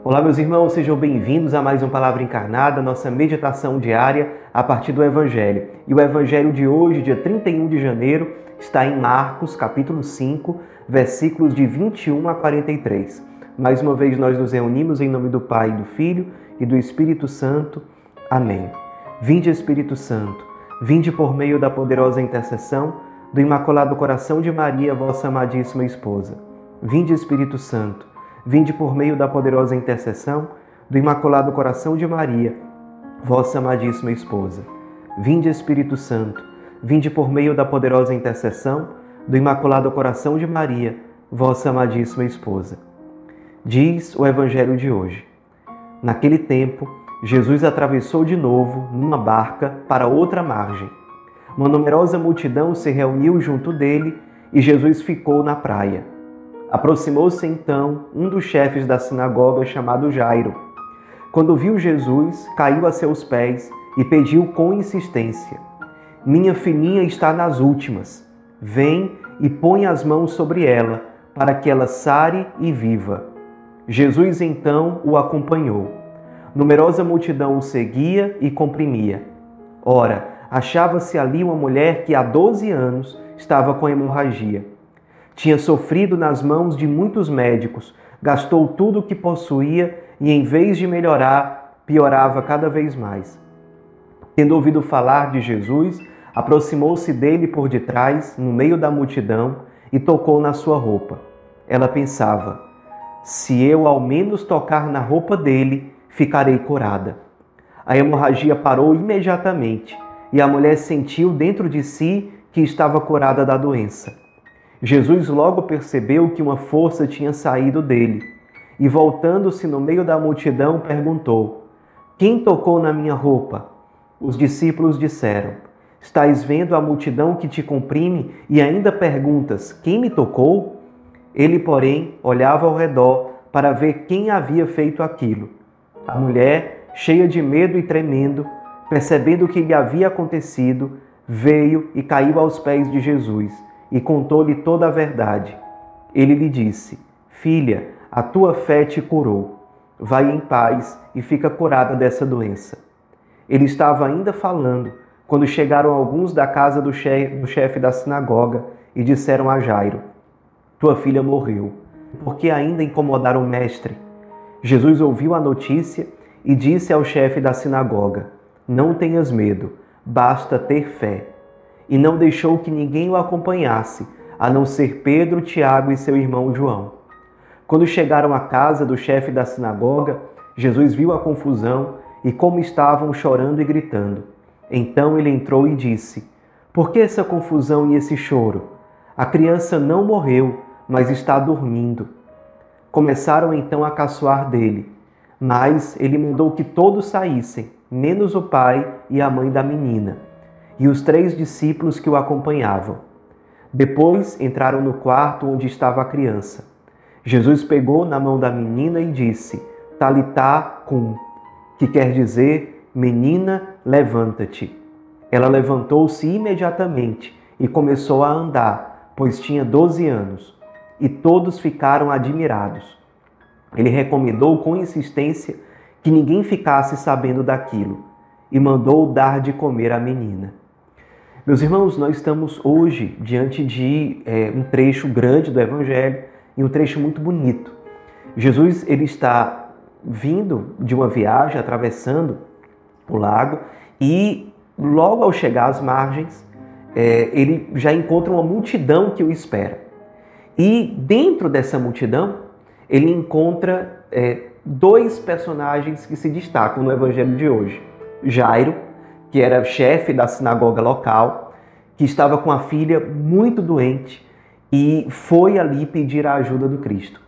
Olá, meus irmãos, sejam bem-vindos a mais um Palavra Encarnada, nossa meditação diária a partir do Evangelho. E o Evangelho de hoje, dia 31 de janeiro, está em Marcos, capítulo 5, versículos de 21 a 43. Mais uma vez nós nos reunimos em nome do Pai, do Filho e do Espírito Santo. Amém. Vinde, Espírito Santo, vinde por meio da poderosa intercessão do Imaculado Coração de Maria, vossa amadíssima esposa. Vinde, Espírito Santo, vinde por meio da poderosa intercessão do Imaculado Coração de Maria, vossa amadíssima esposa. Vinde, Espírito Santo, vinde por meio da poderosa intercessão do Imaculado Coração de Maria, vossa amadíssima esposa. Diz o Evangelho de hoje. Naquele tempo, Jesus atravessou de novo numa barca para outra margem. Uma numerosa multidão se reuniu junto dele e Jesus ficou na praia. Aproximou-se então um dos chefes da sinagoga chamado Jairo. Quando viu Jesus, caiu a seus pés e pediu com insistência: "Minha filhinha está nas últimas. Vem e põe as mãos sobre ela, para que ela sare e viva." Jesus então o acompanhou. Numerosa multidão o seguia e comprimia. Ora, achava-se ali uma mulher que há 12 anos estava com hemorragia. Tinha sofrido nas mãos de muitos médicos, gastou tudo o que possuía e, em vez de melhorar, piorava cada vez mais. Tendo ouvido falar de Jesus, aproximou-se dele por detrás, no meio da multidão, e tocou na sua roupa. Ela pensava: "Se eu ao menos tocar na roupa dele, ficarei curada." A hemorragia parou imediatamente e a mulher sentiu dentro de si que estava curada da doença. Jesus logo percebeu que uma força tinha saído dele e, voltando-se no meio da multidão, perguntou: "Quem tocou na minha roupa?" Os discípulos disseram: "Estás vendo a multidão que te comprime e ainda perguntas: 'Quem me tocou?'" Ele, porém, olhava ao redor para ver quem havia feito aquilo. A mulher, cheia de medo e tremendo, percebendo o que lhe havia acontecido, veio e caiu aos pés de Jesus e contou-lhe toda a verdade. Ele lhe disse: "Filha, a tua fé te curou. Vai em paz e fica curada dessa doença." Ele estava ainda falando quando chegaram alguns da casa do chefe da sinagoga e disseram a Jairo: "Tua filha morreu. Por que ainda incomodar o mestre?" Jesus ouviu a notícia e disse ao chefe da sinagoga: "Não tenhas medo, basta ter fé." E não deixou que ninguém o acompanhasse, a não ser Pedro, Tiago e seu irmão João. Quando chegaram à casa do chefe da sinagoga, Jesus viu a confusão e como estavam chorando e gritando. Então ele entrou e disse: "Por que essa confusão e esse choro? A criança não morreu, mas está dormindo." Começaram então a caçoar dele, mas ele mandou que todos saíssem, menos o pai e a mãe da menina, e os 3 discípulos que o acompanhavam. Depois entraram no quarto onde estava a criança. Jesus pegou na mão da menina e disse: "Talitá cum", que quer dizer: "Menina, levanta-te." Ela levantou-se imediatamente e começou a andar, pois tinha 12 anos, e todos ficaram admirados. Ele recomendou com insistência que ninguém ficasse sabendo daquilo e mandou dar de comer à menina. Meus irmãos, nós estamos hoje diante de um trecho grande do Evangelho e um trecho muito bonito. Jesus ele está vindo de uma viagem, atravessando o lago, e logo ao chegar às margens, ele já encontra uma multidão que o espera. E dentro dessa multidão, ele encontra 2 personagens que se destacam no Evangelho de hoje. Jairo, que era chefe da sinagoga local, que estava com a filha muito doente e foi ali pedir a ajuda do Cristo.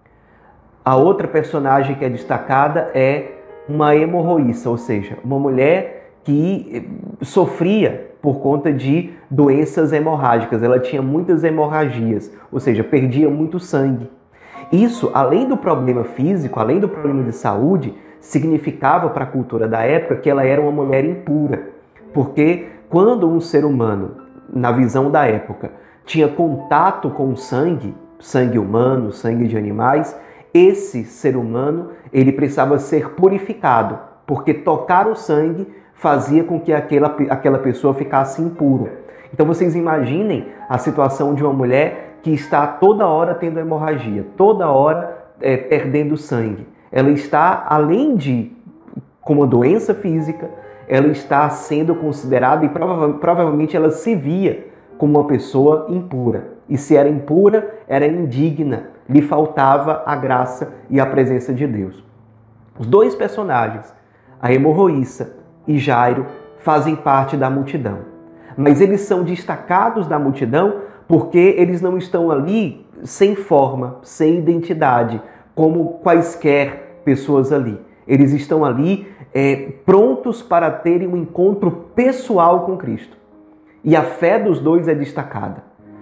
A outra personagem que é destacada é uma hemorroíça, ou seja, uma mulher que sofria por conta de doenças hemorrágicas. Ela tinha muitas hemorragias, ou seja, perdia muito sangue. Isso, além do problema físico, além do problema de saúde, significava para a cultura da época que ela era uma mulher impura. Porque quando um ser humano, na visão da época, tinha contato com sangue humano, sangue de animais, esse ser humano, ele precisava ser purificado, porque tocar o sangue fazia com que aquela pessoa ficasse impura. Então vocês imaginem a situação de uma mulher que está toda hora tendo hemorragia, toda hora perdendo sangue. Ela está, além de com uma doença física, ela está sendo considerada e provavelmente ela se via como uma pessoa impura. E se era impura, era indigna, lhe faltava a graça e a presença de Deus. Os dois personagens, a hemorroíça e Jairo, fazem parte da multidão. Mas eles são destacados da multidão porque eles não estão ali sem forma, sem identidade, como quaisquer pessoas ali. Eles estão ali prontos para terem um encontro pessoal com Cristo. E a fé dos dois é destacada.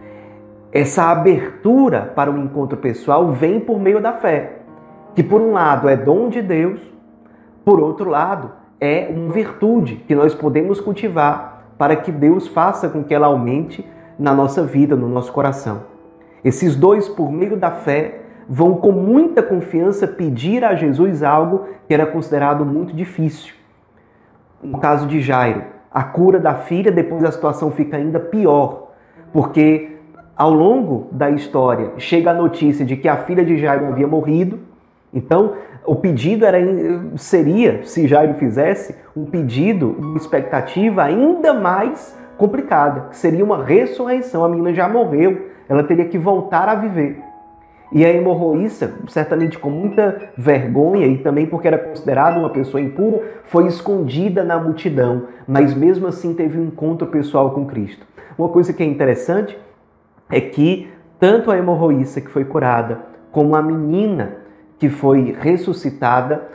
Essa abertura para o encontro pessoal vem por meio da fé, que por um lado é dom de Deus, por outro lado é uma virtude que nós podemos cultivar para que Deus faça com que ela aumente na nossa vida, no nosso coração. Esses dois, por meio da fé, vão com muita confiança pedir a Jesus algo que era considerado muito difícil. No caso de Jairo, a cura da filha, depois a situação fica ainda pior, porque ao longo da história chega a notícia de que a filha de Jairo havia morrido. Então o pedido seria, se Jairo fizesse, um pedido, uma expectativa ainda mais complicada, que seria uma ressurreição. A menina já morreu, ela teria que voltar a viver. E a hemorroíça, certamente com muita vergonha e também porque era considerada uma pessoa impura, foi escondida na multidão, mas mesmo assim teve um encontro pessoal com Cristo. Uma coisa que é interessante é que tanto a hemorroíça que foi curada, como a menina que foi ressuscitada,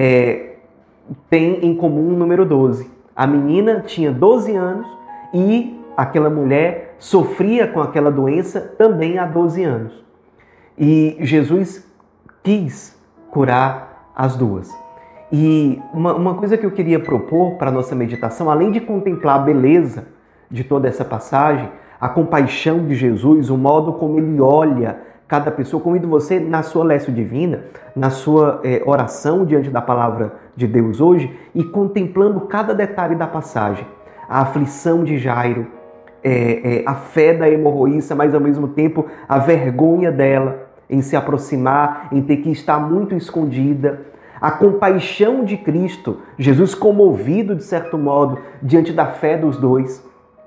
tem em comum o número 12. A menina tinha 12 anos e aquela mulher sofria com aquela doença também há 12 anos. E Jesus quis curar as duas. E uma coisa que eu queria propor para a nossa meditação, além de contemplar a beleza de toda essa passagem, a compaixão de Jesus, o modo como ele olha cada pessoa, convido você na sua Lécio Divina, na sua oração diante da palavra de Deus hoje, e contemplando cada detalhe da passagem. A aflição de Jairo, a fé da hemorroíça, mas ao mesmo tempo a vergonha dela em se aproximar, em ter que estar muito escondida. A compaixão de Cristo, Jesus comovido de certo modo diante da fé dos dois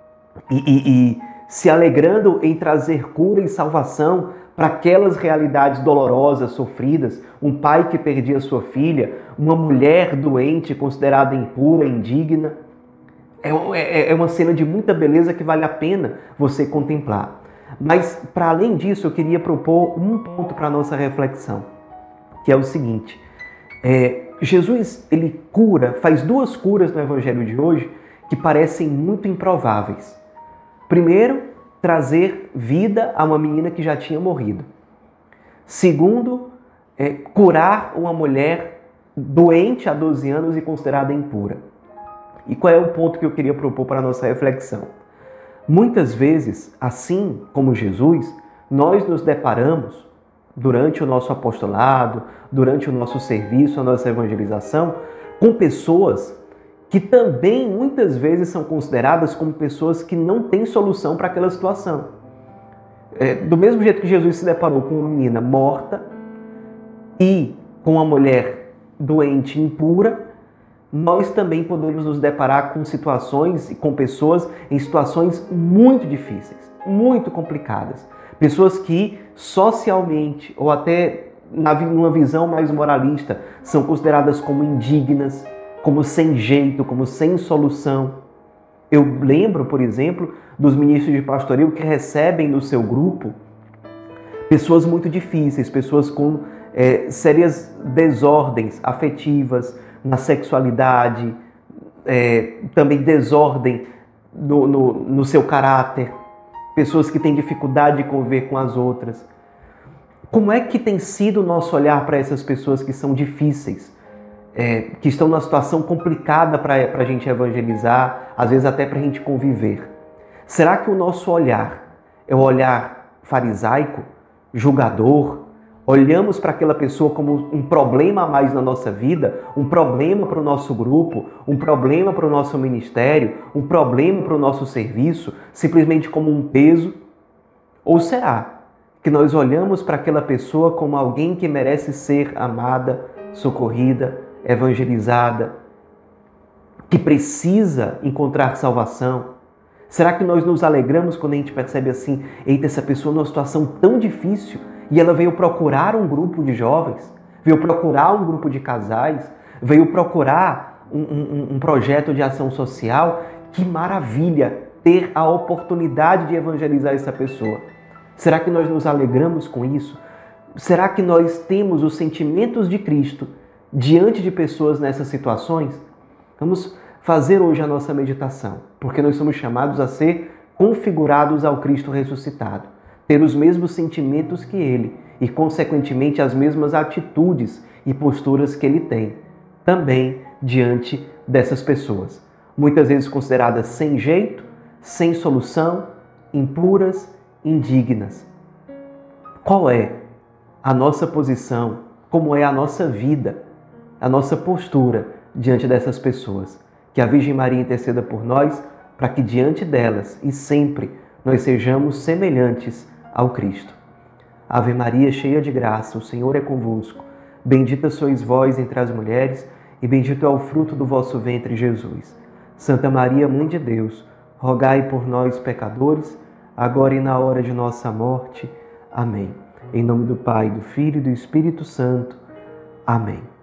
e se alegrando em trazer cura e salvação para aquelas realidades dolorosas, sofridas, um pai que perdia sua filha, uma mulher doente considerada impura, indigna. É uma cena de muita beleza que vale a pena você contemplar. Mas, para além disso, eu queria propor um ponto para a nossa reflexão, que é o seguinte. Jesus, ele faz duas curas no Evangelho de hoje que parecem muito improváveis. Primeiro, trazer vida a uma menina que já tinha morrido. Segundo, curar uma mulher doente há 12 anos e considerada impura. E qual é o ponto que eu queria propor para a nossa reflexão? Muitas vezes, assim como Jesus, nós nos deparamos, durante o nosso apostolado, durante o nosso serviço, a nossa evangelização, com pessoas que também muitas vezes são consideradas como pessoas que não têm solução para aquela situação. Do mesmo jeito que Jesus se deparou com uma menina morta e com uma mulher doente, impura, nós também podemos nos deparar com situações e com pessoas em situações muito difíceis, muito complicadas. Pessoas que socialmente ou até numa visão mais moralista são consideradas como indignas, como sem jeito, como sem solução. Eu lembro, por exemplo, dos ministros de pastoreio que recebem no seu grupo pessoas muito difíceis, pessoas com sérias desordens afetivas, na sexualidade, também desordem no seu caráter, pessoas que têm dificuldade de conviver com as outras. Como é que tem sido o nosso olhar para essas pessoas que são difíceis, que estão numa situação complicada para a gente evangelizar, às vezes até para a gente conviver? Será que o nosso olhar é o olhar farisaico, julgador, Olhamos para aquela pessoa como um problema a mais na nossa vida, um problema para o nosso grupo, um problema para o nosso ministério, um problema para o nosso serviço, simplesmente como um peso? Ou será que nós olhamos para aquela pessoa como alguém que merece ser amada, socorrida, evangelizada, que precisa encontrar salvação? Será que nós nos alegramos quando a gente percebe assim, eita, essa pessoa numa situação tão difícil e ela veio procurar um grupo de jovens, veio procurar um grupo de casais, veio procurar um projeto de ação social? Que maravilha ter a oportunidade de evangelizar essa pessoa. Será que nós nos alegramos com isso? Será que nós temos os sentimentos de Cristo diante de pessoas nessas situações? Vamos fazer hoje a nossa meditação, porque nós somos chamados a ser configurados ao Cristo ressuscitado, ter os mesmos sentimentos que Ele e, consequentemente, as mesmas atitudes e posturas que Ele tem, também diante dessas pessoas, muitas vezes consideradas sem jeito, sem solução, impuras, indignas. Qual é a nossa posição? Como é a nossa vida, a nossa postura diante dessas pessoas? Que a Virgem Maria interceda por nós, para que diante delas e sempre nós sejamos semelhantes ao Cristo. Ave Maria, cheia de graça, o Senhor é convosco. Bendita sois vós entre as mulheres, e bendito é o fruto do vosso ventre, Jesus. Santa Maria, Mãe de Deus, rogai por nós, pecadores, agora e na hora de nossa morte. Amém. Em nome do Pai, do Filho e do Espírito Santo. Amém.